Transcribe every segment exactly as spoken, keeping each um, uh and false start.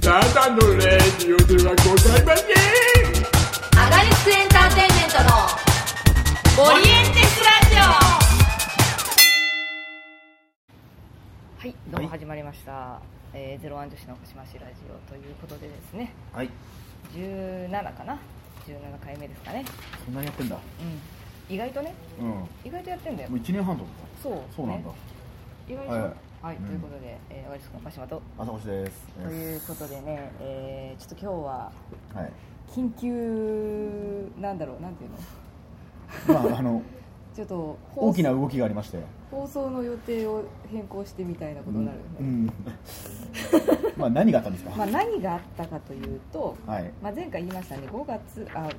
ただのレディオではございません。 アガリスクエンターテインメントのオリエンテスラジオ。はい、どうも始まりました、はい、えー、ゼロワン女子の星増しラジオということでですね、 はい、 じゅうななかな、じゅうななかいめですかね。 そんなにやってんだ。 うん、意外とね、 うん、 意外とやってんだよ。 もういちねんはんとか。 そう、 そうなんだ、 ね、意外と、はい、はい、うん、ということで、えー、アガリスクの鹿島と朝越ですということでね、えー、ちょっと今日は、 はい、 緊急なんだろう、なんていうのまああのちょっと大きな動きがありまして放送の予定を変更してみたいなことになるよね、 うんうん、まあ何があったんですか。 まあ何があったかというと、 はい、 まあ、前回言いましたね、ごがつあ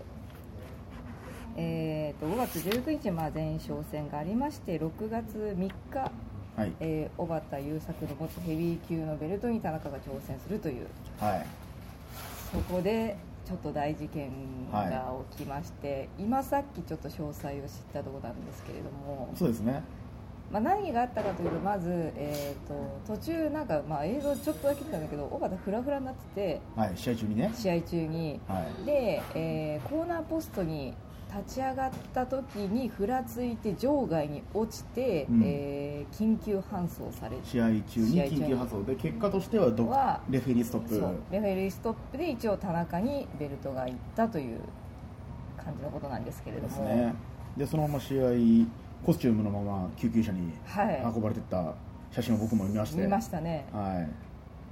えー、とごがつじゅうくにち、まあ、前哨戦がありまして、ろくがつみっか、はい、えー、小畑優作の持つヘビー級のベルトに田中が挑戦するという、はい、そこでちょっと大事件が起きまして、はい、今さっきちょっと詳細を知ったところなんですけれども。 そうですね、 まあ、何があったかというと、まず、えー、と途中なんか、まあ、映像ちょっとだけ見たんだけど、小畑フラフラになってて、 はい、試合中にね試合中に、 はい、 で、えー、コーナーポストに立ち上がった時にふらついて場外に落ちて、うん、えー、緊急搬送されて、 試合中に緊急搬送で、結果としてはどはレフェリーストップ、 そうレフェリーストップで一応田中にベルトがいったという感じのことなんですけれども、 ですね。でそのまま試合コスチュームのまま救急車に運ばれていった写真を僕も見まして、 見ましたね、 はい、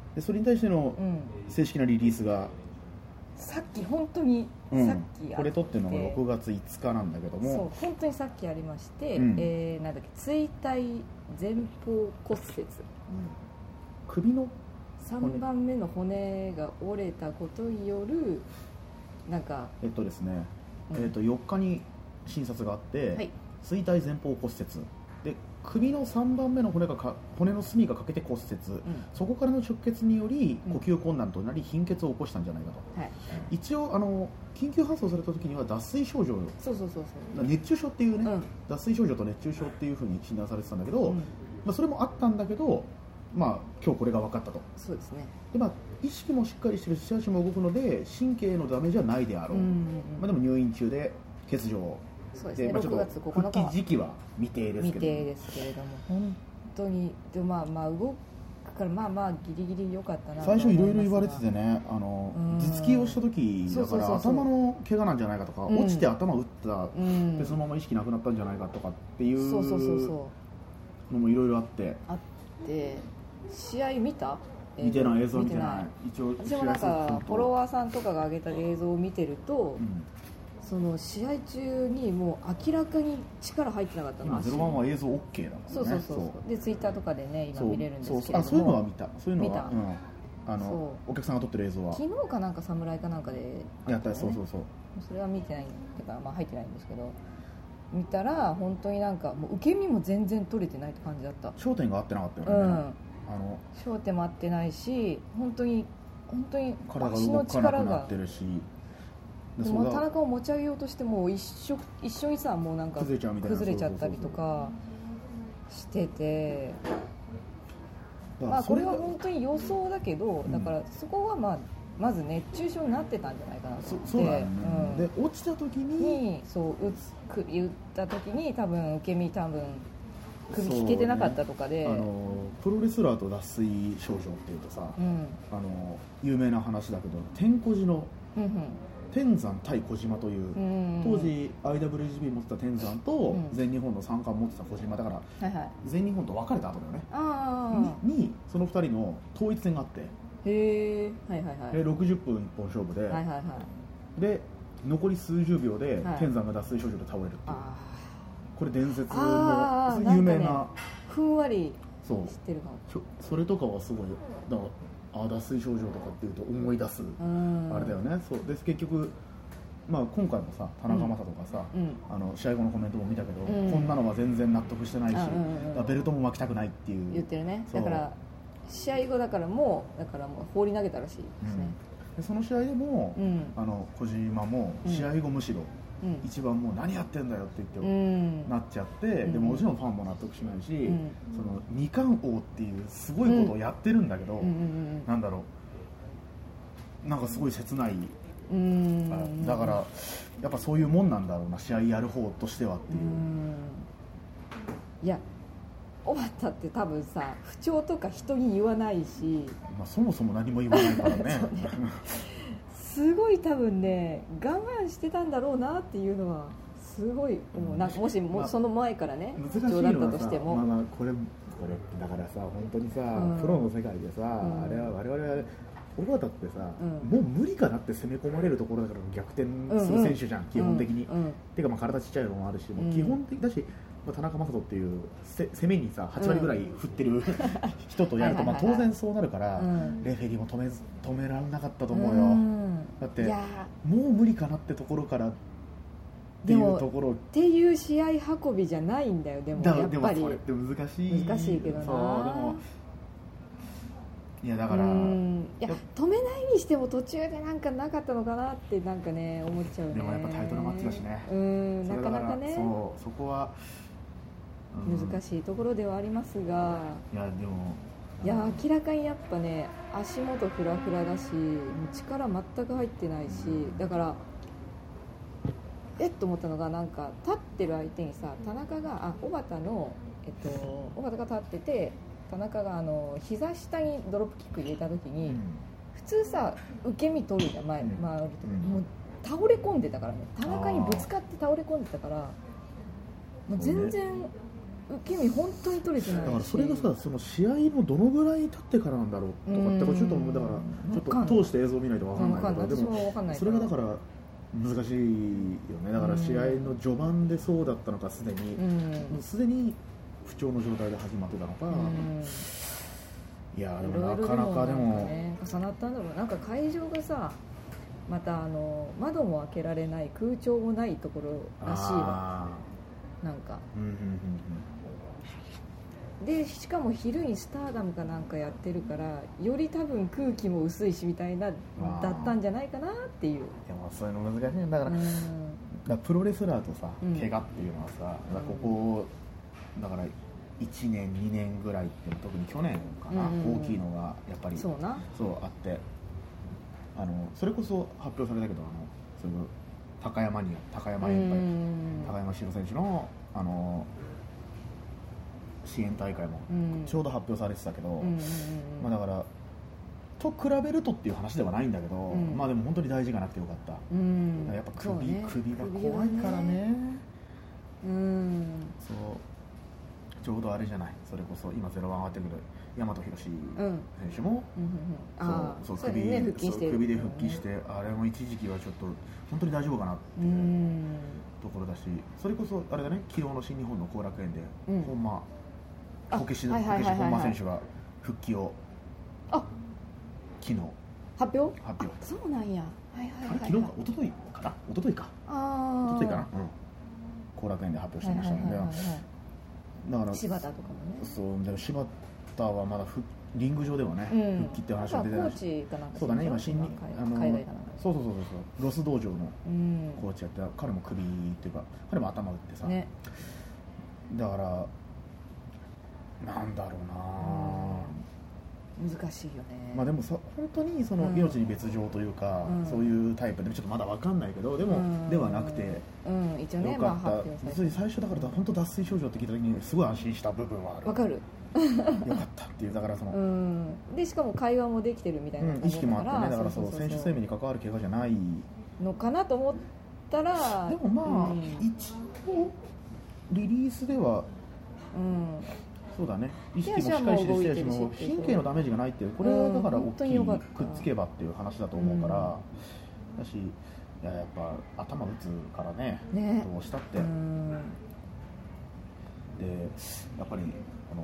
でそれに対しての正式なリリースが、 うん、さっき本当に、 うん、 さっきこれ撮ってるのがろくがついつかなんだけども、 そう本当にさっきありまして、うん、えー、なんだっけ、椎体前方骨折、うん、 首のさんばんめの骨が折れたことによるなんかえっとですね、うん、えっとよっかに診察があって、はい、椎体前方骨折で首のさんばんめの骨がか骨の隅が欠けて骨折、うん、そこからの直結により呼吸困難となり貧血を起こしたんじゃないかと、はい、一応あの緊急搬送された時には脱水症状、 そうそうそうそう、 熱中症っていうね、うん、脱水症状と熱中症っていうふうに診断されてたんだけど、うん、まあ、それもあったんだけど、まあ、今日これが分かったと。 そうですね。 で、まあ、意識もしっかりしてるし足も動くので神経へのダメージはないであろう、うんうんうん、まあ、でも入院中で欠場、 そうですね、 まあ、ちょっとろくがつここのか復帰時期は未定ですけど、 未定ですけれども、本当にでもまあまあ動くからまあまあギリギリ良かったな。 最初いろいろ言われててね、あの頭突きをした時だから頭の怪我なんじゃないかとか、うん、落ちて頭打った、うん、でそのまま意識なくなったんじゃないかとかっていうのもいろいろあってあって試合見た？ 見てない、映像見てない。 一応私もなんかフォロワーさんとかが上げた映像を見てると、うん、その試合中にもう明らかに力入ってなかったの。 今ゼロワンは映像 OK だもんね。 そうそうそうそう。でツイッターとかでね今見れるんですけれども、 そうそう、あ、そういうのは見た。そういうのは、うん、あのお客さんが撮ってる映像は昨日かなんか侍かなんかで、ね、 やったり、そうそうそう。 それは見てないっていうか、まあ入ってないんですけど、見たら本当になんかもう受け身も全然取れてないって感じだった。 焦点が合ってなかったよね。うん、あの焦点も合ってないし、本当に本当に体が動かなくなってるし。 でも田中を持ち上げようとしても一緒一緒にさもうなんか崩れちゃうみたいな、崩れちゃったりとかしてて、まあこれは本当に予想だけど、うん、だからそこはまあまず熱中症になってたんじゃないかなと思って、 そうなんだよね、うん、で落ちた時にそう打つ言った時に多分受け身多分首引けてなかったとかで、ね、 あのプロレスラーと脱水症状っていうとさ、うん、あの有名な話だけど天小路の、うんうん、天山対小島という、うんうん、当時 アイダブリュージービー 持ってた天山と全日本の三冠持ってた小島だから、はいはい、全日本と別れた後だよね、あに, にそのふたりの統一戦があって、 へー、はいはいはい、 でろくじゅっぷん一本勝負で、はいはいはい、で残り数十秒で天山が脱水症状で倒れるっていう、はい、これ伝説の有名 な, な、ね、 ふんわり知ってるかも。 そ, それとかはすごいだからあ脱水症状とかっていうと思い出すあれだよね。そうで結局、まあ、今回もさ田中将人がさ、うん、あの試合後のコメントも見たけど、うん、こんなのは全然納得してないし、うん、ベルトも巻きたくないっていう言ってるね。だから試合後だからもうだからもう放り投げたらしいですね、 うん、でその試合でも、うん、あの小島も試合後むしろ、うん、一番もう何やってんだよって言って、うん、なっちゃって、うん、でももちろんファンも納得しないし、うん、その二冠王っていうすごいことをやってるんだけど、うん、なんだろうなんかすごい切ない。うん、だからやっぱそういうもんなんだろうな、試合やる方としてはっていう。うん、 いや小畑って多分さ不調とか人に言わないし、 まあ、そもそも何も言わないからねねすごい多分ね我慢してたんだろうなっていうのはすごい思う。なんかもしもその前からね不調だったとしても、まあ、まあこれこれだからさ本当にさ、うん、プロの世界でさ、うん、あれは我々は小畑ってさ、うん、もう無理かなって攻め込まれるところだから逆転する選手じゃん、うんうん、基本的に、うんうん、ていうかまあ体ちっちゃいのもあるし、うん、もう基本的だし、まあ、田中将人っていう攻めにさはち割ぐらい振ってる、うん、人とやるとまあ当然そうなるから、うん、レフェリーも止め止められなかったと思うよ、うん、だってもう無理かなってところからっていうところっていう試合運びじゃないんだよ。でもやっぱりでもそれって難しい難しいけどな。そうでもいやだからいや止めないにしても途中でなんかなかったのかなってなんかね思っちゃうね。 でもやっぱタイトルマッチだしね。 うんなかなかねそうそこは、 うん、難しいところではありますが、 いやでもいや明らかにやっぱね足元フラフラだし力全く入ってないし、だからえっと思ったのがなんか立ってる相手にさ田中があ小畑のえっと小畑が立ってて。田中があの膝下にドロップキック入れた時に、うん、普通さ受け身取るじゃん前、うん、回ると、うん、もう倒れ込んでたからね田中にぶつかって倒れ込んでたからもう全然受け身本当に取れてないし、 だからそれがさその試合のどのぐらい経ってからなんだろうとかってちょっと思う。だからちょっと通して映像を見ないと分かんないけど、でもそれがだから難しいよね。だから試合の序盤でそうだったのかすでにもうすでに不調の状態で始まってたのか、うん、いやでもなかなかでも、 ね、重なったんだろう。なんか会場がさまたあの窓も開けられない空調もないところらしいわ。なんか、うんうんうん、でしかも昼にスターダムかなんかやってるからより多分空気も薄いしみたいなだったんじゃないかなっていう。 でもそういうの難しいんだから、うん、だからプロレスラーとさ、うん、怪我っていうのはさ、うん、ここだからいちねんにねんぐらいって特に去年かな、うんうん、大きいのがやっぱりそうなそうあって、あのそれこそ発表されたけどあのそういう高山に高山連敗、うん、高山城選手のあの支援大会もちょうど発表されてたけど、うん、まあ、だからと比べるとっていう話ではないんだけど、うん、まあでも本当に大事がなくてよかった、うん、やっぱ首、ね、首が怖いからね、うん、そうちょうどあれじゃない、それこそ今ゼロワン上がってくる大和宏選手も、うんうんうん、そうそう首、ね、復帰して首で復帰して、あれも一時期はちょっと本当に大丈夫かなっていうところだし、それこそあれだね、昨日の新日本の後楽園で、うん、本間こけし本間選手が復帰をあ昨日発表発表そうなんや、はいはいはいはい、 あれ昨日か一昨日かな一昨日かあ一昨日かな、うん、後楽園で発表してましたので、はいはいはいはい、だから柴田とかもね、 そうで柴田はまだふリング上ではね、うん、復帰って話は出てないし、そうだね、今新にあの海外かな、そうそうそうそうロス道場のコーチやって、うん、彼も首っていうか彼も頭打ってさ、ね、だからなんだろうな、 うん、難しいよね。 まあでもさ本当にその命に別状というか、うん、そういうタイプでちょっとまだ分かんないけど、でも、うん、ではなくて、 うん、一応ね、 よかった、まあ、最初だから本当脱水症状って聞いた時にすごい安心した部分はある。 わかるよかったっていう、だからその、うん、 でしかも会話もできてるみたいな、 うん、意識もあってね、だからそう選手生命に関わる怪我じゃないのかなと思ったら、 でもまあ、うん、一応リリースでは、うん、そうだね、意識もしっかりしてるし、も神経のダメージがないっていう、これはだから大きい、くっつけばっていう話だと思うから、うん、だし、いややっぱ頭打つからね、ね、どうしたって、うん、でやっぱりこの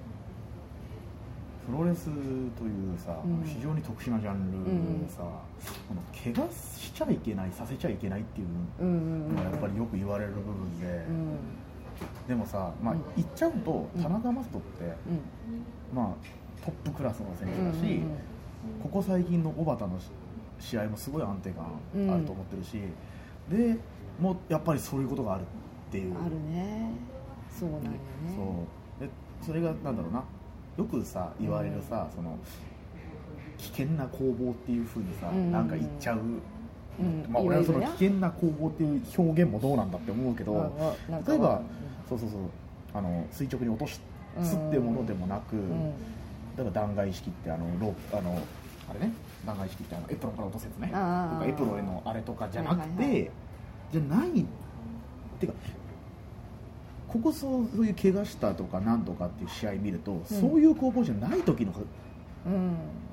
プロレスというさ、うん、非常に特殊なジャンルでさ、うん、この怪我しちゃいけない、させちゃいけないっていうのがやっぱりよく言われる部分で、うん、でもさ、まあ、言っちゃうと、うん、田中将人って、うん、まあ、トップクラスの選手だし、うんうんうん、ここ最近の小畑の試合もすごい安定感あると思ってるし、うん、でもうやっぱりそういうことがあるっていう、 あるね、そうなんよね。 そうでそれがなんだろうな、よくさ言われるさ、うん、その危険な攻防っていう風にさ、うん、なんか言っちゃう、 うんまあ、俺はその危険な攻防っていう表現もどうなんだって思うけど、うん、例えば、うん、そうそうそうあの垂直に落とすっていうものでもなく、うん、だから弾劾式ってあのロあのあれね弾劾式ってあのエプロンから落とすやつねとかエプロンへのあれとかじゃなくて、はいはいはい、じゃないっていうかここそう、そういう怪我したとかなんとかっていう試合見ると、うん、そういう攻防じゃない時の、うん、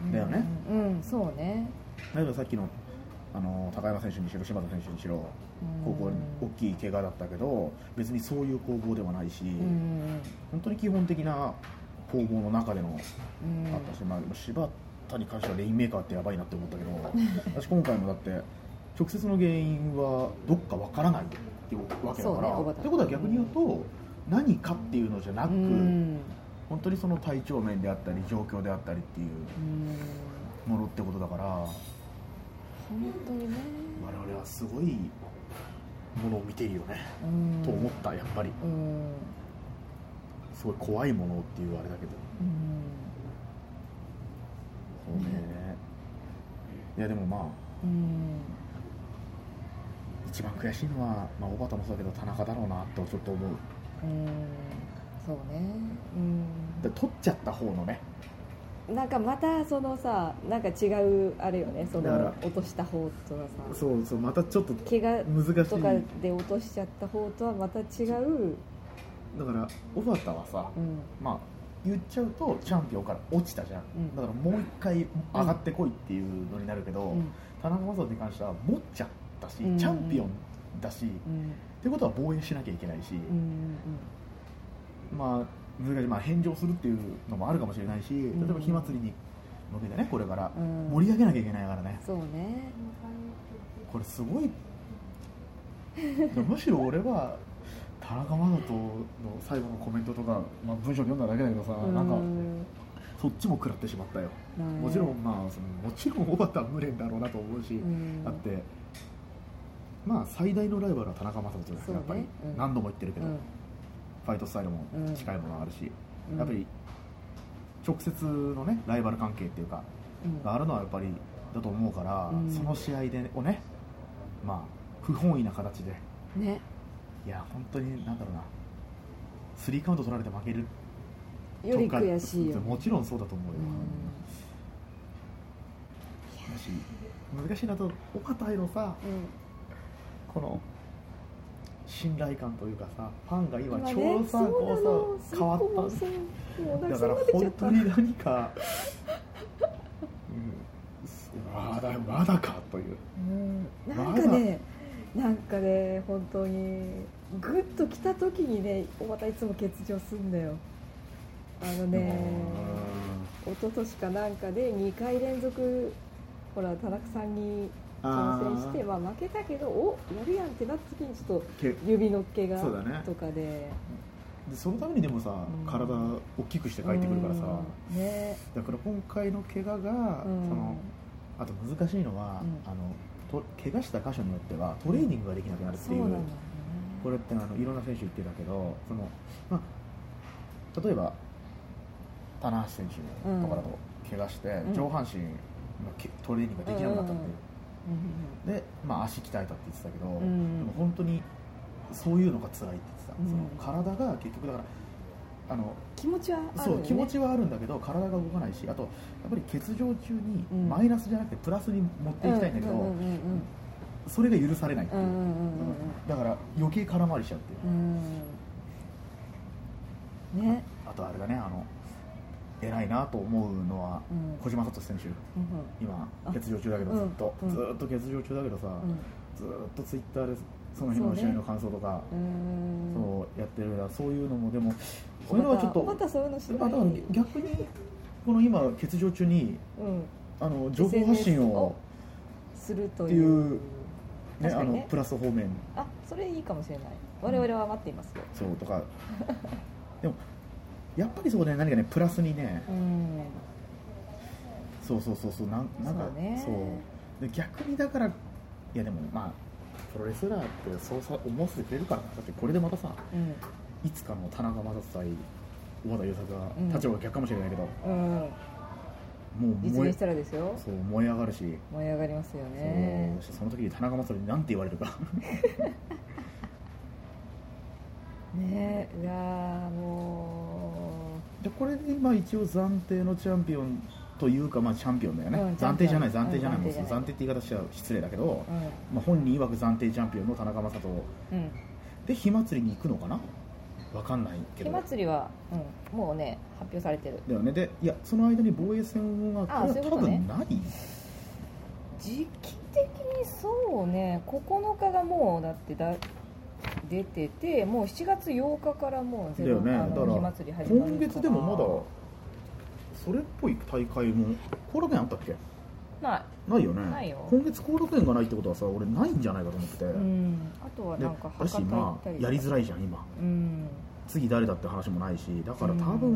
だよね、 うんうん、そうね。 例えばさっきの、あの高山選手にしろ柴田選手にしろ、高校大きい怪我だったけど別にそういう攻防ではないし、うん、本当に基本的な攻防の中での、うん、あったし、まあ、柴田に関してはレインメーカーってやばいなって思ったけど私今回もだって直接の原因はどっかわからないっていうわけだから、ね、ってことは逆に言うと何かっていうのじゃなく、うん、本当にその体調面であったり状況であったりっていうものってことだから、本当にね我々はすごいものを見ているよね、うん、と思ったやっぱり、うん、すごい怖いものっていうあれだけど、うん、そうね、いやでもまあ、うん一番悔しいのは、まあ、小畑もそうだけど田中だろうなとちょっと思う。 うん、そうね。うん。 で取っちゃった方のね。 なんかまたそのさ、なんか違うあれよね。その落とした方とかさ。 そうそうまたちょっと怪我とかで落としちゃった方とはまた違う。 だから小畑はさ、うん、まあ言っちゃうとチャンピオンから落ちたじゃん。うん、だからもう一回上がってこいっていうのになるけど、うん、田中将大に関しては持っちゃった。だしチャンピオンだし、うん、ってことは防衛しなきゃいけないし、うんうん、まあ難しい、まあ、返上するっていうのもあるかもしれないし、例えば火祭りに向けてねこれから盛り上げなきゃいけないからね、 うん、そうねこれすごいむしろ俺は田中将大の最後のコメントとか、まあ、文章読んだだけだけどさ、うん、なんかそっちも食らってしまったよ、うん、もちろんまあそのもちろん小畑は無念だろうなと思うし、うん、だってまあ最大のライバルは田中将大ですやっぱり、ねうん、何度も言ってるけど、うん、ファイトスタイルも近いものがあるし、うん、やっぱり直接のねライバル関係っていうか、うん、があるのはやっぱりだと思うから、うん、その試合でをねまあ不本意な形で、ね、いや本当になんだろうなスリーカウント取られて負けるより悔しいよ、 もちろんそうだと思うよ、うん、だし難しいなと小畑へのさ、うんこの信頼感というかさファンが今ちょうどさ、ね、こうさ変わっただから本当に何か、うん、まだまだかという、 うん、なんかねなんかね本当にグッと来た時にねまたいつも欠場するんだよあのね一昨年かなんかでにかい連続ほら田中さんに挑戦して、まあ、負けたけどおやるやんってなった時にちょっと指の怪我とか で, でそのためにでもさ、うん、体を大きくして帰ってくるからさ、うんね、だから今回の怪我が、うん、そのあと難しいのは、うん、あのと怪我した箇所によってはトレーニングができなくなるっていう、うん、これってあのいろんな選手言ってたけどその、まあ、例えば棚橋選手とかだと怪我して、うん、上半身のトレーニングができなくなったっていう、うん、で、まあ、足鍛えたって言ってたけど、うん、でも本当にそういうのが辛いって言ってた、うん、その体が結局だからあの気持ちはある、 ね、そう気持ちはあるんだけど体が動かないしあとやっぱり欠場中にマイナスじゃなくてプラスに持っていきたいんだけどそれが許されないっていう、うんうんうんうん、だから余計空回りしちゃうっていう、うんね、あ, あとあれだねあの偉いなと思うのは、うん、小島聡選手、うん、今欠場中だけどずっと、うん、ずっと欠場中だけどさ、うん、ずっとツイッターでその日の試合の感想とか そう,、ね、そうやってるからそういうのもでもそういうのはちょっとまたそういうのしないだから逆にこの今欠場中に、うん、あの情報発信をするという、 ね、 ね、あのプラス方面あそれいいかもしれない我々は待っていますよ、 うん、そうとかでもやっぱりそこで何かねプラスにね、うん、そうそうそうそうなんなんかそう、ね、そうで逆にだからいやでもまあプロレスラーってそうさ思わせてくれるからだってこれでまたさ、うん、いつかの田中将大対小畑優作が立場が逆かもしれないけど、うん、 もう実現したらですよ。 そう燃え上がるし燃え上がりますよね。 そ, その時に田中祭りに何て言われるかねえ、いやもうでこれで今一応暫定のチャンピオンというか、まあ、チャンピオンだよね、うん、暫定じゃない暫定じゃない、うん、もう暫定って言い方しちゃ失礼だけど、うんまあ、本人曰く暫定チャンピオンの田中将人、うん、で火祭りに行くのかな分かんないけど火祭りは、うん、もうね発表されてるだよね。でいやその間に防衛戦がこれは多分ない、ね、 時期的にそうねここのかがもうだってだ出ててもうしちがつようかからもうゼロ、 だよね、だから火祭り始まる今月でもまだそれっぽい大会も後楽園あったっけ？ ないないよね。 ないよ。 今月後楽園がないってことはさ俺ないんじゃないかと思ってて、うん、 あとはなんかだしまあやりづらいじゃん今、うん、次誰だって話もないしだから多分、うん、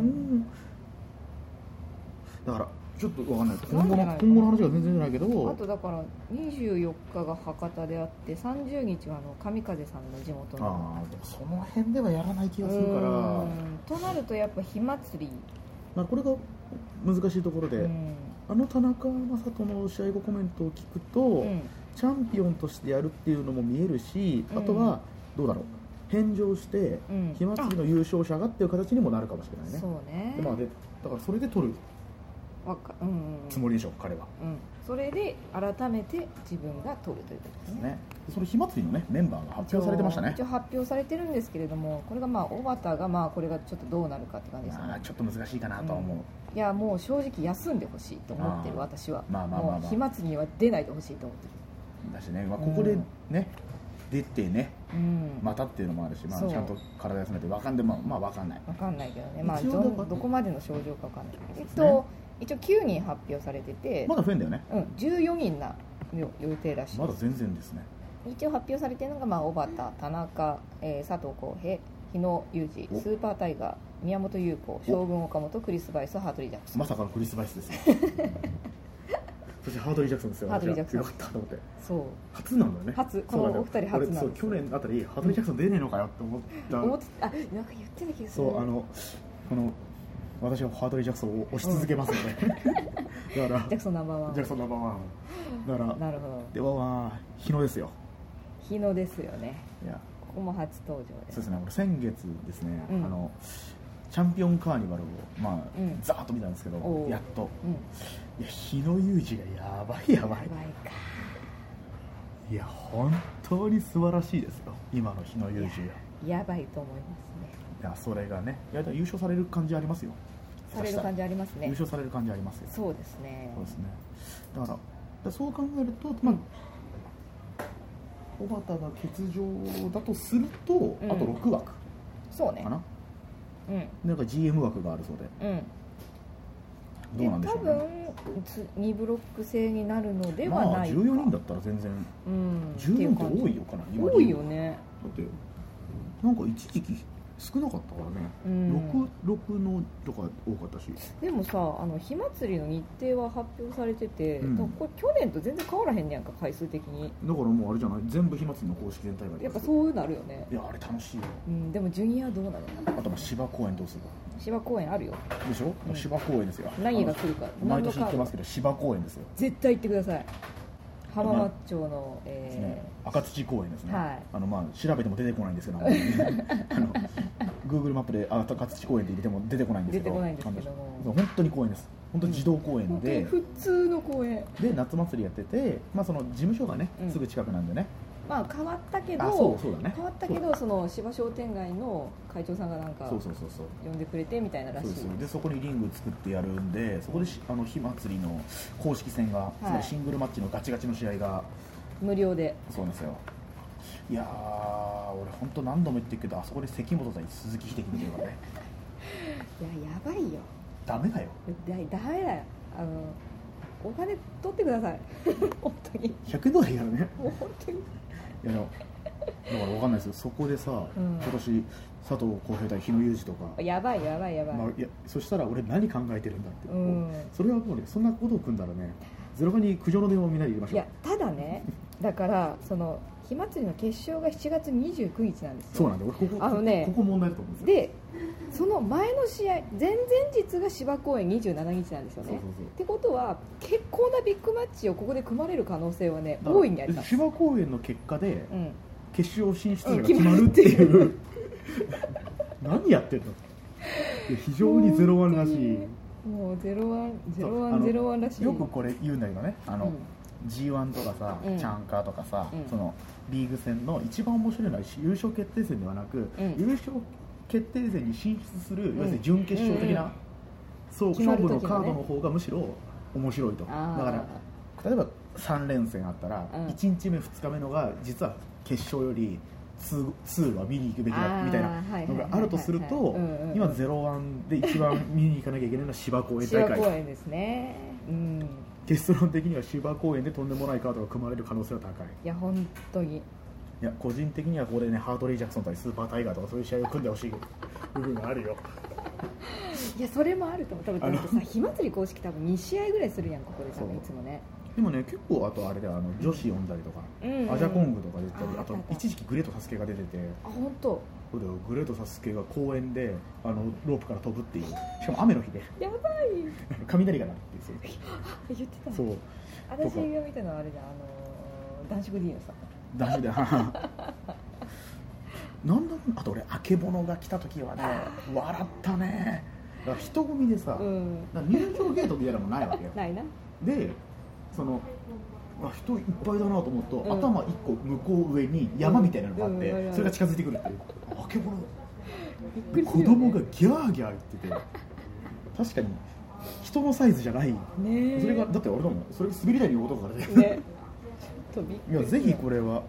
だからちょっと分かんない今後の今後の話が全然じゃないけどあとだからにじゅうよっかが博多であってさんじゅうにちはあの神風さんの地元のあでもその辺ではやらない気がするからとなるとやっぱ火祭りまあこれが難しいところで、うん、あの田中将人の試合後コメントを聞くと、うん、チャンピオンとしてやるっていうのも見えるし、うん、あとはどうだろう返上して、うん、火祭りの優勝者がっていう形にもなるかもしれないね。 そうねで、まあ、でだからそれで取るわか、うんうん、 つもりでしょ彼は、 うん、それで改めて自分が取るということですね。 その火祭りの、ね、メンバーが発表されてましたね。 一応発表されてるんですけれどもこれがまあ小畑がまあこれがちょっとどうなるかって感じですね。 まあ、ちょっと難しいかなとは思う、うんいやもう正直休んでほしいと思ってる私は。まあまあまあ、まあ、もう火祭りには出ないでほしいと思ってるだしね、まあ、ここでね、うん、出てね、うん、またっていうのもあるし、まあ、ちゃんと体休めて分かんでもまあ分かんない分かんないけどね、まあ、ど, どこまでの症状か分かんないけど、えっと、一応きゅうにん発表されててまだ増えんだよね、 うん、じゅうよにんな予定らしい。 まだ全然ですね。 一応発表されているのが、まあ、小畑、田中、えー、佐藤浩平、日野裕二、スーパータイガー、宮本優子、将軍岡本、クリス・バイス、ハートリー・ジャクソン。 まさかのクリス・バイスですねそしてハートリー・ジャクソンですよ。 ハートリー・ジャクソンよかったと思って。 そう初なんだよね。 初このお二人初なんです。 そう去年あたりハートリー・ジャクソン出ねえのかよって思った、うん、 思ってあなんか言ってた気がする。 そうあのこの私はハートリー・ジャクソンを推し続けますので、うん、だからジャクソンナンバーワンジャクソンナンバーワンだからなるほど。 ではまあ日野ですよ。 日野ですよね。いやここも初登場です。 そうですね。俺先月ですね、うん、あのチャンピオンカーニバルをまあ、うん、ザーッと見たんですけどやっと、うん、いや日野裕二がやばいやばい。やばいか。いや本当に素晴らしいですよ今の日野裕二が。やばいと思いますね。 いやそれがねいや優勝される感じありますよ。 される感じありますね。 優勝される感じありますよ。 そうですね。 そうですね。だからそう考えるとまあ、うん、小畑が欠場だとすると、うん、あとろくわくそうねかな。うん、なんか ジーエム 枠があるそうで、うん、どうなんでしょうね。 多分にブロック制になるのではないか。 まあじゅうよにんだったら全然、うん、じゅうよんって多いよかな。今多いよね。 だってなんか一時期少なかったからね、うん、ろく、ろくのとか多かったし。でもさあの火祭りの日程は発表されてて、うん、これ去年と全然変わらへんねやんか回数的に。 だからもうあれじゃない全部火祭りの公式全体がやっぱそうなるよね。 いやあれ楽しいよ、 うん、でもジュニアどうなの。 あとまあ芝公園どうするか。 芝公園あるよでしょ、うん、芝公園ですよ。 何が来るか毎年言ってますけど芝公園ですよ。 絶対行ってください。浜松町の、えーね、赤土公園ですね、 はい、 あのまあ調べても出てこないんですけどあの Google マップで赤土公園って入れても出てこないんですけど、 出てこないんですけども本当に公園です。本当に児童公園で、 うん、普通の公園で夏祭りやってて、まあ、その事務所がね、うん、すぐ近くなんでね、 まあ、変わったけどそうそうだ、ね、 変わったけどその芝商店街の会長さんがなんかそうそうそうそう呼んでくれてみたいならしい。 そうそうでそこにリング作ってやるんでそこであの火祭りの公式戦が、はい、つまりシングルマッチのガチガチの試合が無料で。 そうなんですよ。いやー俺本当何度も言ってるけどあそこで関本対鈴木秀樹見てるからねいややばいよ。 ダメだよだダメだよ。あのお金取ってください本当にひゃくえんドルやるねもう本当にいやだから分かんないですよ。そこでさ、うん、今年佐藤浩平対日野裕二とかやばいやばいやばい、 まあ、いやそしたら俺何考えてるんだって、うん、それはもうねそんなことを組んだらねゼロ番に苦情の電話をみんなで入れましょう。 いやただねだからその火祭りの決勝がしちがつにじゅうくにちなんですよ。 そうなんだ。俺ここ、 あのね、 ここ問題だと思うんですよ。 でその前の試合前々日が芝公園にじゅうしちにちなんですよね。そうそうそうってことは結構なビッグマッチをここで組まれる可能性はね大いにあります。 芝公園の結果で、うん、決勝進出が決まるっていう、うん、何やってんの。非常にゼロワンらしい。 もうゼロワンゼロワンゼロワンらしい。 よくこれ言うんだけどね、あの、うん、ジーワン とかさ、うん、チャンカーとかさ、うん、そのリーグ戦の一番面白いのは優勝決定戦ではなく、うん、優勝決定戦に進出する、うん、要するに準決勝的な、うん、そう勝負のカードの方がむしろ面白いと。だから例えばさん連戦あったら、うん、いちにちめふつかめのが実は決勝よりには見に行くべきだみたいなのがあるとすると、今ゼロワンで一番見に行かなきゃいけないのは芝公園大会。 芝公園ですね、うん、 結論的には芝公園でとんでもないカードが組まれる可能性は高い。 いや本当に、 いや個人的にはここでねハートレイ・ジャクソン対スーパータイガーとかそういう試合を組んでほしい部分があるよ。 いやそれもあると思う。多分だってさ火祭り公式多分に試合ぐらいするやんここで多分いつもね。でもね結構あとあれであの女子呼んだりとか、うん、アジャコングとか出たり、うん、あと一時期グレートサスケが出てて、 あ本当。 そうだよ、グレートサスケが公園であのロープから飛ぶっていう、しかも雨の日でやばい雷が鳴るっていう。 言ってた。 そう私が見たのはあれじゃん、あの男子 D のさ男子でなんだあと俺あけぼのが来た時はね笑ったね。だから人混みでさ、うん、入場ゲートみたいなのもないわけよ。 ないな。でそのあ人いっぱいだなと思うと、うん、頭いっこ向こう上に山みたいなのがあって、うんうん、それが近づいてくるっていう。あけぼの、ね、子供がギャーギャー言ってて確かに人のサイズじゃない、ね、それがだって俺だもん、それ滑り台にいる男からね、ねとびっくり。いやぜひこれは、うん、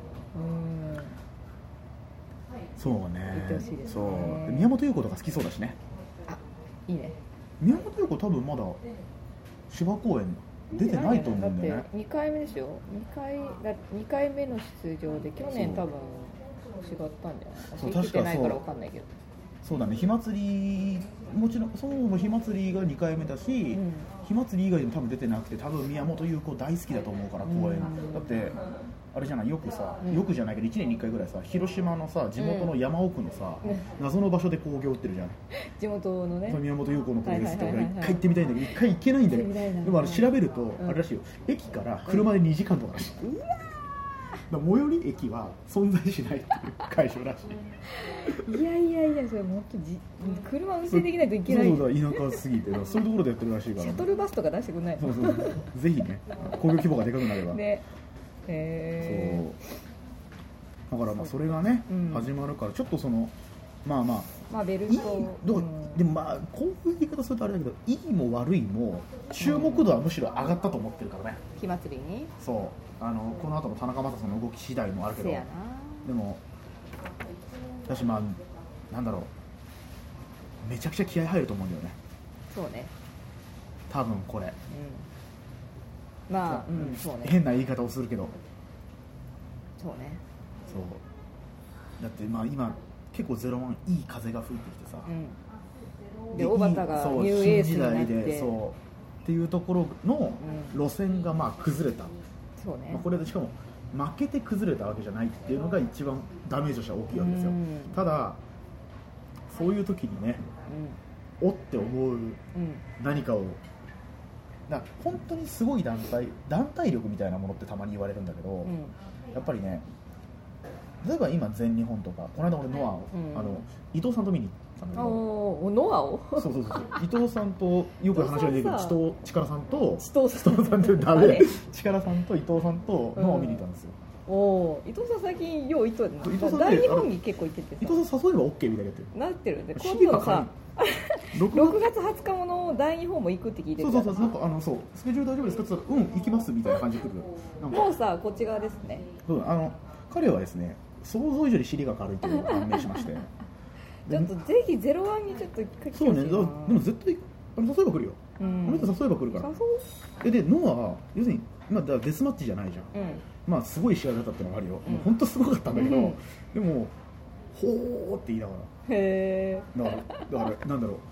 そうね、 見てほしいですね。 そう宮本優子とか好きそうだしね。 あいいね。 宮本優子多分まだ芝公園出てないと思うんだよね。 だってにかいめですよ。にかいだにかいめの出場で去年多分違ったんじゃない。そう確かてないから分かんないけど。 そうだね。火祭りもちろんそうも火祭りがにかいめだし、うん、火祭り以外でも多分出てなくて、多分宮本優子大好きだと思うから公園、うん、だってあれじゃないよくさ、うん、よくじゃないけどいちねんにいっかいぐらいさ広島のさ地元の山奥のさ、うん、謎の場所で興行売ってるじゃん。 地元のね宮本優子の興行ですって俺一回行ってみたいんだけど一回行けないんだけど、でもあれ調べると、うん、あれらしいよ、駅から車でにじかんとからしい、うん、うわ最寄り駅は存在しないっていう会場らしい。いやいやいや、それもっとじ車運転できないといけない。 そうそう田舎すぎてそういうところでやってるらしいから、 シャトルバスとか出してくんないの。 そうそうぜひね興行規模がでかくなればね。へそうだからまあそれがね、うん、始まるからちょっとそのまあまあまあベルトどう、うん、でもまあこういう言い方するとあれだけどいいも悪いも注目度はむしろ上がったと思ってるからね、 うん、火祭りに。 そうあのこの後の田中将大の動き次第もあるけど、でも私まあなんだろうめちゃくちゃ気合入ると思うんだよね。 そうね多分これ、 うん、まあ、うん、そうね変な言い方をするけどそうねそうだってまあ今結構ゼロワンいい風が吹いてきてさ、 うん、で小畑がニューエースになって新時代でそうっていうところの路線がまあ崩れた、 そうねまあ、これでしかも負けて崩れたわけじゃないっていうのが一番ダメージとしては大きいわけですよ、うん、ただそういう時にね、うん、おって思う何かをだから本当にすごい団体団体力みたいなものってたまに言われるんだけど、うん、やっぱりね例えば今全日本とかこの間俺ノアを、うん、あの伊藤さんと見に行ったんだけどおノアをそうそうそう伊藤さんとよく話が出てくる千藤力さんと千藤さんさんってダメ力さんと伊藤さんとノアを見に行ったんですよ、 うん、お伊藤さん最近よう行っとるな。大日本に結構行ってて伊藤さん誘えば OK みたいななってるんで今度さろくがつはつかもの大日本も行くって聞いてるから。 そうそうそうなんかあのそうスケジュール大丈夫ですかって言ったらうん行きますみたいな感じで来るなんかもうさこっち側ですね。 そうあの彼はですね想像以上に尻が軽いというのが判明しましてちょっとぜひゼロワンにちょっと一回来てほしいな。 そうねでも絶対あの誘えば来るよ、うん、あの人誘えば来るから誘でノアは要するに、まあ、デスマッチじゃないじゃん、うん、まあすごい試合だったってのがあるよ、うん、もう本当すごかったんだけど、うん、でもほーって言いながらへーだからだからなんだろ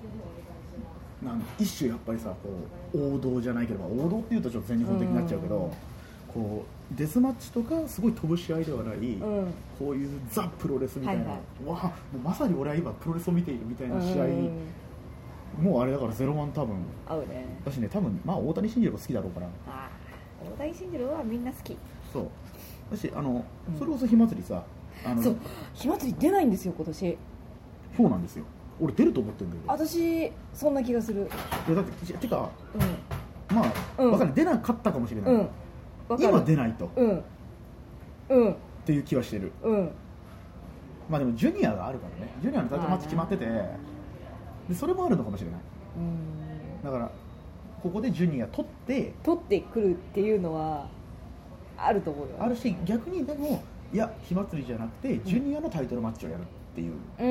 うなん一種やっぱりさこう王道じゃないけど王道っていうとちょっと全日本的になっちゃうけど、うん、 こうデスマッチとかすごい飛ぶ試合ではない、うん、こういうザ・プロレスみたいな、はいはい、わもうまさに俺は今プロレスを見ているみたいな試合、うん、もうあれだからゼロワン多分合うね。 私ね多分まあ大谷慎次郎好きだろうから。 あ大谷慎次郎はみんな好き。 そう私あの、うん、それこそ火祭りさあのそう火祭り出ないんですよ今年。 そうなんですよ。俺出ると思ってるんだけど。 私そんな気がする。 いやだっててか、うん、まあ、うん、分かる出なかったかもしれない、うん、今出ないと、 うんうん、 っていう気はしてる、 うん、 まあでもジュニアがあるからね。ジュニアのタイトルマッチ決まっててでそれもあるのかもしれない。うんだからここでジュニア取って取ってくるっていうのはあると思うよ。 あるし逆にでもいや火祭りじゃなくてジュニアのタイトルマッチをやるっていう、 うん、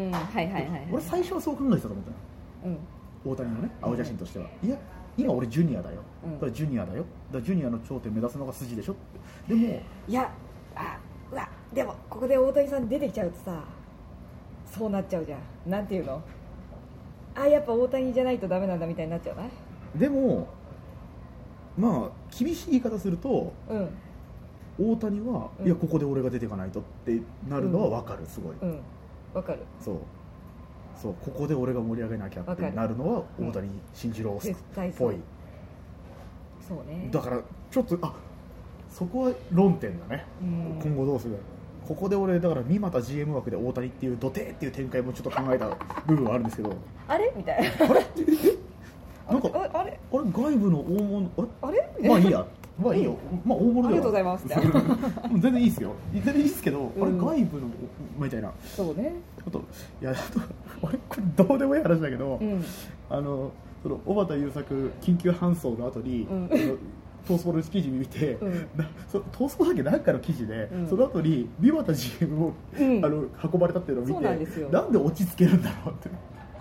うんはいはいはい、はい、 俺最初はそう考えてたと思ったの、うん、大谷のね青写真としては、うん、いや今俺ジュニアだよ、うん、だからジュニアだよだからジュニアの頂点目指すのが筋でしょって。でもいやあうわでもここで大谷さん出てきちゃうとさそうなっちゃうじゃん。なんていうのあやっぱ大谷じゃないとダメなんだみたいになっちゃうな。 でもまあ厳しい言い方すると、うん、大谷は、うん、いやここで俺が出ていかないとってなるのは分かる。すごい、うん、 分かる。 そうそうここで俺が盛り上げなきゃってなるのは大谷慎次郎っぽい、うん、 そうね。 だからちょっとあそこは論点だね、うん、今後どうする。ここで俺だから三股 ジーエム 枠で大谷っていう土手っていう展開もちょっと考えた部分はあるんですけどあれみたいなあれなんかあれあれ外部の大物あれまあいいやまあいいよ、まあ大物ではありがとうございます全然いいですよ全然いいですけど、うん、あれ外部のみたいな。 そうねちょっといやあと俺これどうでもいい話だけど、うん、あのその小畑優作緊急搬送の後に、うん、トースポの記事見て、うん、なそトースポだけ何かの記事で、うん、その後に三股 ジーエム を、うん、あの運ばれたっていうのを見て、なんでなんで落ち着けるんだろうって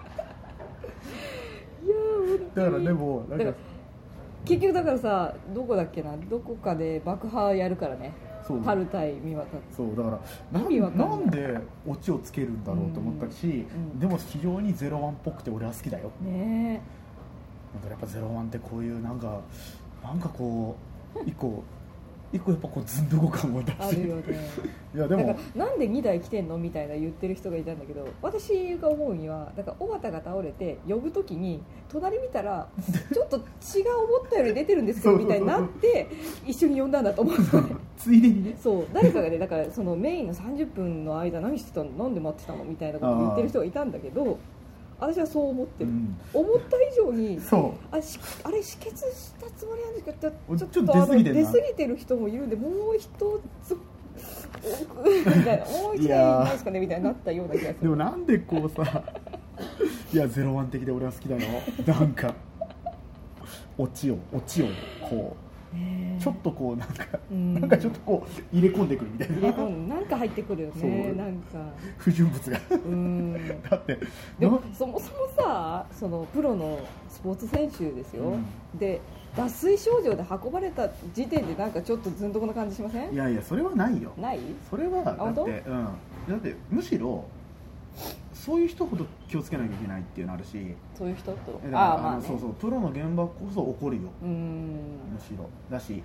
いやだからでもなんか結局だからさどこだっけなどこかで爆破やるからね。パル対三股。 そうだからな ん, なんでオチをつけるんだろうと思ったし、うんうん、でも非常にゼロワンっぽくて俺は好きだよ。 ねだからやっぱゼロワンってこういうなんかなんかこう一個一個やっぱこうずんどこ感を出してあるよねいやでもなんでにだい来てんのみたいな言ってる人がいたんだけど、私が思うにはだから小畑が倒れて呼ぶときに隣見たらちょっと血が思ったより出てるんですけどみたいになって一緒に呼んだんだと思うのねついでにね。 そう誰かがねだからそのメインのさんじゅっぷんの間何してたのなんで待ってたのみたいなことを言ってる人がいたんだけど、私はそう思ってる、うん、思った以上にそうあしあれ止血したつもりなんですけどちょっと出過ぎて出過ぎてる人もいるんでもう一つみたいなもう一台ないですかねみたいになったような気がする。 でもなんでこうさいやゼロワン的で俺は好きだよなんかオチをオチをこうちょっとこうなんか、うん、なんかちょっとこう入れ込んでくるみたいな入れ込んなんか入ってくるよね。なんか不純物がうんだってでもそもそもさそのプロのスポーツ選手ですよ、うん、で脱水症状で運ばれた時点でなんかちょっとずんどこな感じしません？ いやいやそれはないよ。 ない？ それはだって、うん、だってむしろそういう人ほど気をつけなきゃいけないっていうのあるし、 そういう人とああまあ、ね、そうそうプロの現場こそ起こるよ。うんむしろだし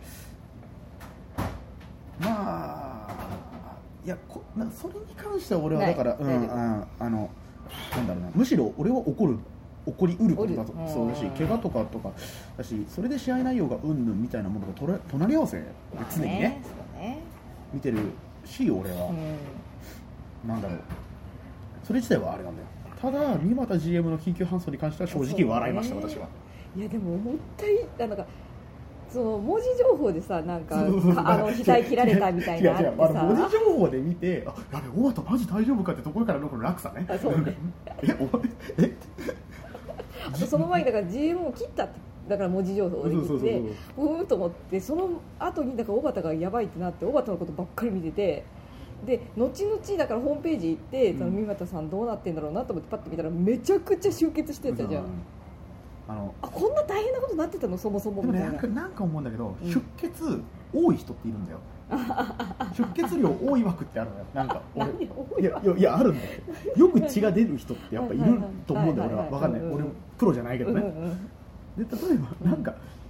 まあいやこなそれに関しては俺はだから、うん、ああのなんだろうなむしろ俺は怒る起こりうることだとそうだし怪我とかとかだしそれで試合内容がうんぬんみたいなものがとれ隣り合わせで常にね、まあ、ね見てるし俺は、うん、なんだろうそれ自体はあれなんだよ。ただ三股 ジーエム の緊急搬送に関しては正直笑いました、ね、私は。 いやでも思ったりなんかその文字情報でさなんかあの額切られたみたいなあってさ文字情報で見てあやべ大畑マジ大丈夫かってところからのこの落差ね。 あそうねえおえその前にだから ジーエム を切ったってだから文字情報で見てうーんと思ってその後にだから小畑がやばいってなって小畑のことばっかり見ててで後々だからホームページ行って、うん、その三股さんどうなってんだろうなと思ってパッと見たらめちゃくちゃ集結してたじゃん、うん、あのあこんな大変なことになってたのそもそもみたいな。 でもねなんかなんか思うんだけど、うん、出血多い人っているんだよ出血量多い枠ってあるのよなんか俺いやいやいやあるんだよよく血が出る人ってやっぱいると思うんだよ俺は分かんない俺プロじゃないけどね、うんうん、で例えばなんか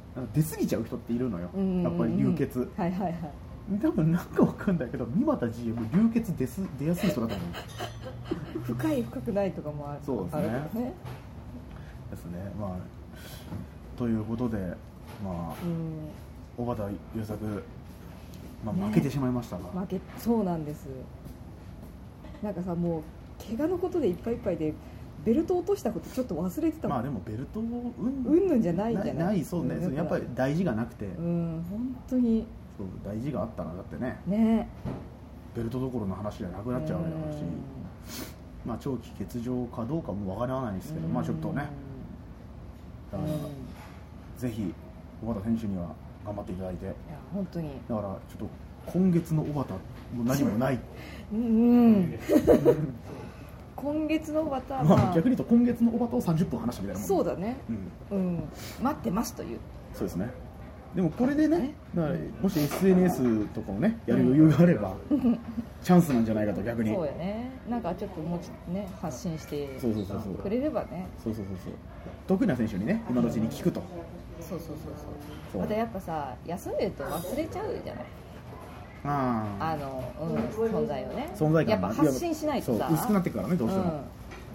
出過ぎちゃう人っているのよ、うんうんうん、やっぱり流血、 はいはいはい、 多分なんかわかんないけど三股 ジーエム 流血 出, す出やすい人だと思う深い深くないとかもある。 そうですね、ねですね、まあということでまあ小畑優作、まあ、負けてしまいましたが、 ね、負けそうなんです。なんかさもう怪我のことでいっぱいいっぱいでベルト落としたことちょっと忘れてたもん。 まあでもベルトうんうんぬんじゃないんじゃない。 ないそうね、うん、やっぱり大事がなくて、 うん本当にそう大事があったらだってねねベルトどころの話じゃなくなっちゃうわけだし、まあ長期欠場かどうかもわからないですけど、まあちょっとねだからぜひ小畑選手には頑張っていただいて、いや本当にだからちょっと今月の小畑も何もないうん今月の小畑は、 まあ、逆に言うと今月の小畑をさんじゅっぷん話したみたいなもん。 そうだね、うんうん、待ってますという。 そうですね。でもこれでね、だからもし エスエヌエス とかをねやる余裕があれば、うん、チャンスなんじゃないかと。逆にそうやね、なんかちょっともうちょっとね発信してくれればね。 そうそうそうそう、得意な選手にね今のうちに聞くと。 そうそうそうそう。またやっぱさ休んでると忘れちゃうじゃない。 ああの、うん、存在をね存在感やっぱ発信しないとさ薄くなってくからねどうしても、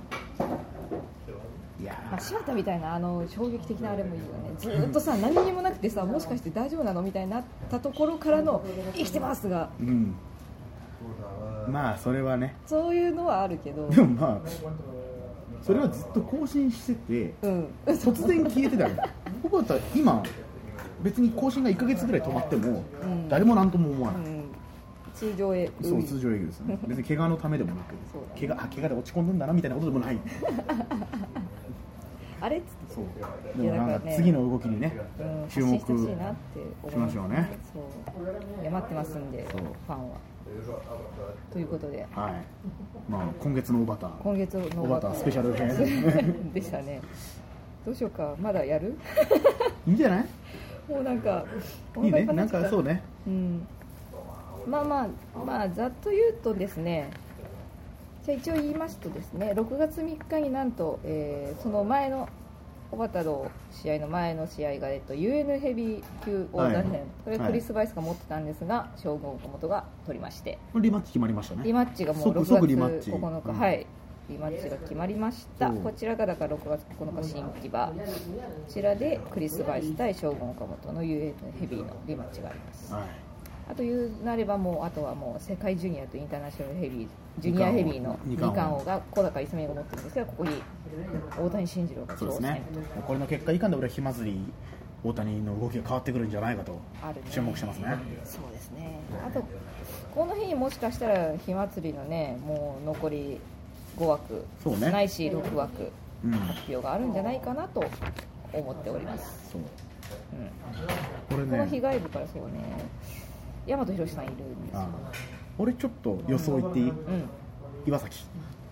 うん、いやまあ、柴田みたいなあの衝撃的なあれもいいよね。ずっとさ何にもなくてさもしかして大丈夫なのみたいになったところからの生きてますが、 うん、まあそれはねそういうのはあるけど、 でもまあそれはずっと更新してて、うん、突然消えてたよ僕だったら今別に更新がいっかげつぐらい止まっても、うん、誰も何とも思わない、うん、 通常営業。 そう通常営業ですね別に怪我のためでもなく怪我、あ怪我で落ち込んでんだなみたいなことでもないあれっつってそうでもなんか次の動きにね、うん、注目しましょうね。 そういや待ってますんでファンはということで、 はいまあ、今月の小畑今月の小畑スペシャル編でしたね。どうしようか、まだやるいいんじゃない。 もうなんかいいね、なんかそうね、 うん、まあまあまあざっと言うとですね、じゃあ一応言いますとですね、ろくがつみっかになんと、えー、その前の小畑の試合の前の試合が、えっと、ユーエヌ ヘビー級王座戦、はい、これクリス・バイスが持ってたんですが、はい、将軍岡本が取りまして、 リマッチ決まりましたね。 リマッチがもうろくがつここのか、うん、はいリマッチが決まりました。こちらがだからろくがつここのか新木場、こちらでクリス・バイス対将軍岡本の ユーエヌ ヘビーのリマッチがあります、はい、あというなればもうあとはもう世界ジュニアとインターナショナルヘビージュニアヘビーのに冠王が小高泉が持ってるんですが、ここに大谷慎次郎が挑戦と。そうですね、 これの結果以下で俺はひまずり大谷の動きが変わってくるんじゃないかと注目してますね。 そうですね。あとこの日にもしかしたらひまつりのねもう残りごわく、ね、ないしろくわく発表があるんじゃないかなと思っております。そう、うん、これね、この日外部からそうね大和宏さんいるんですよ。ああ俺ちょっと予想言っていい、うん、岩崎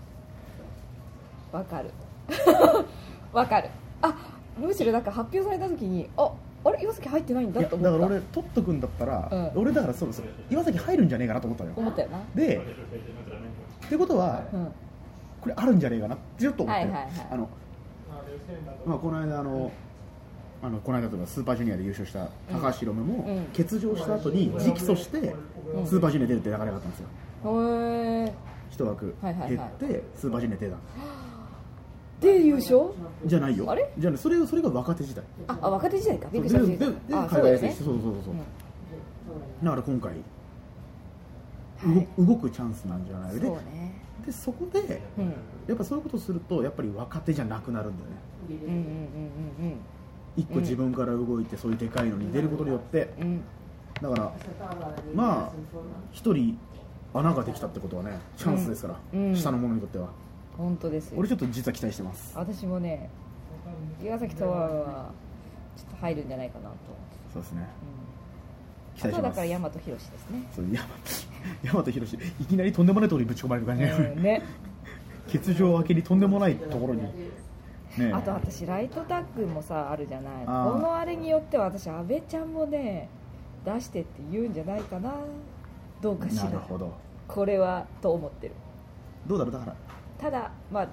わかるわかる。あむしろなんか発表された時にああれ岩崎入ってないんだと思った。 だから俺取っとくんだったら、うん、俺だからそうです岩崎入るんじゃねえかなと思ったのよ。 思ったよな。 でってことは、うん、これあるんじゃねえかなってちょっと思って、はいはいはい、あのまあ、この間あのあのこの間とかスーパージュニアで優勝した高橋宏夢も、うん、欠場した後に直訴してスーパージュニア出るって流れがあったんですよ。へえ。一枠減ってスーパージュニア出た。 で優勝じゃないよ。あれじゃあそれそれが若手時代。 ああ若手時代か。びっくりした。 でで海外遠征してそうそうそうそう。だから今回、はい、動くチャンスなんじゃないで。そうね。でそこで、うん、やっぱそういうことをするとやっぱり若手じゃなくなるんだよね。うんうんうんうんうん。一個自分から動いてそういうでかいのに出ることによって、うん、だからまあ一人穴ができたってことはねチャンスですから、うん、下の者にとっては本当ですよ。 俺ちょっと実は期待してます。 私もね岩崎とはちょっと入るんじゃないかなと。 そうですね、 うん、期待します。あとだから大和宏ですね。 そう大和宏いきなりとんでもないところにぶち込まれる感じ、うん、ね欠場明けにとんでもないところにね、 あと私ライトタッグもさあるじゃない。このあれによっては私阿部ちゃんもね出してって言うんじゃないかな。どうかしら。なるほど。これはと思ってる。 どうだろう。だからただまあ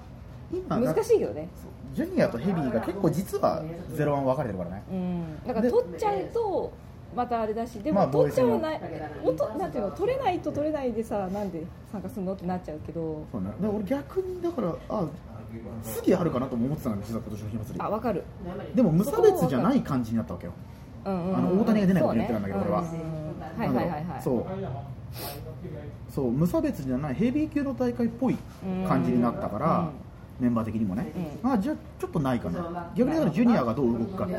今難しいけどね。 ジュニアとヘビーが結構実はゼロワン分かれてるからね、 うん、だから取っちゃうとまたあれだし、でも取っちゃわない、なんていうの、取れないと取れないでさ、なんで参加するのってなっちゃうけど、 そう、ね、だから俺逆にだからあ杉あるかなとも思ってたんですよ、今年の火祭り。 あ、分かる。 でも無差別じゃない感じになったわけよ。うんうん、あの大谷が出ないこと言ってたんだけど、俺は、 はいはいはいはい、そうそう無差別じゃないヘビー級の大会っぽい感じになったから、メンバー的にもね、うん、あじゃあちょっとないかな、逆にだからジュニアがどう動くかっていう、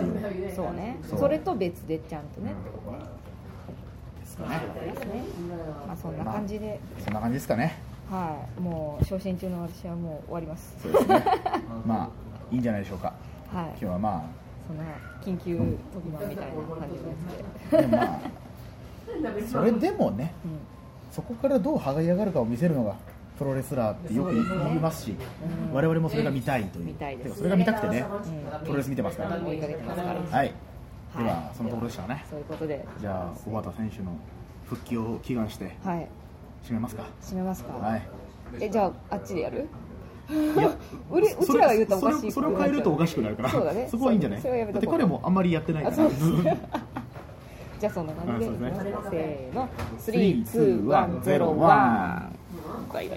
そうね、そ, それと別でちゃんとね、うん、 ですかね、 まあ、そんな感じで、 まあ、そんな感じですかね。 はい、もう昇進中の私はもう終わります。 そうですねまあいいんじゃないでしょうか、 はい、 今日はまあそんな緊急特番みたいな感じのやつで、でもまあそれでもね、うん、そこからどう這い上がるかを見せるのがプロレスラーってよく言いますし、うん、我々もそれが見たいという、見たいですね、それが見たくてね、うん、プロレス見てますから、追いかけてますから、はい、では、はい、そのところでしたね。 そういうことで、 じゃあ小畑選手の復帰を祈願して、はい、締めますか。 締めますか。 はい。 え、じゃああっちでやる？いや、う, れうちらが言うとおかしい。 それを変えるとおかしくなるから、そうだね、そこはいいんじゃない？だって彼もあんまりやってないから。 じゃあそんな感じで、せーの、スリー、ツー、ワン、ゼロ、ワン。バイバイ。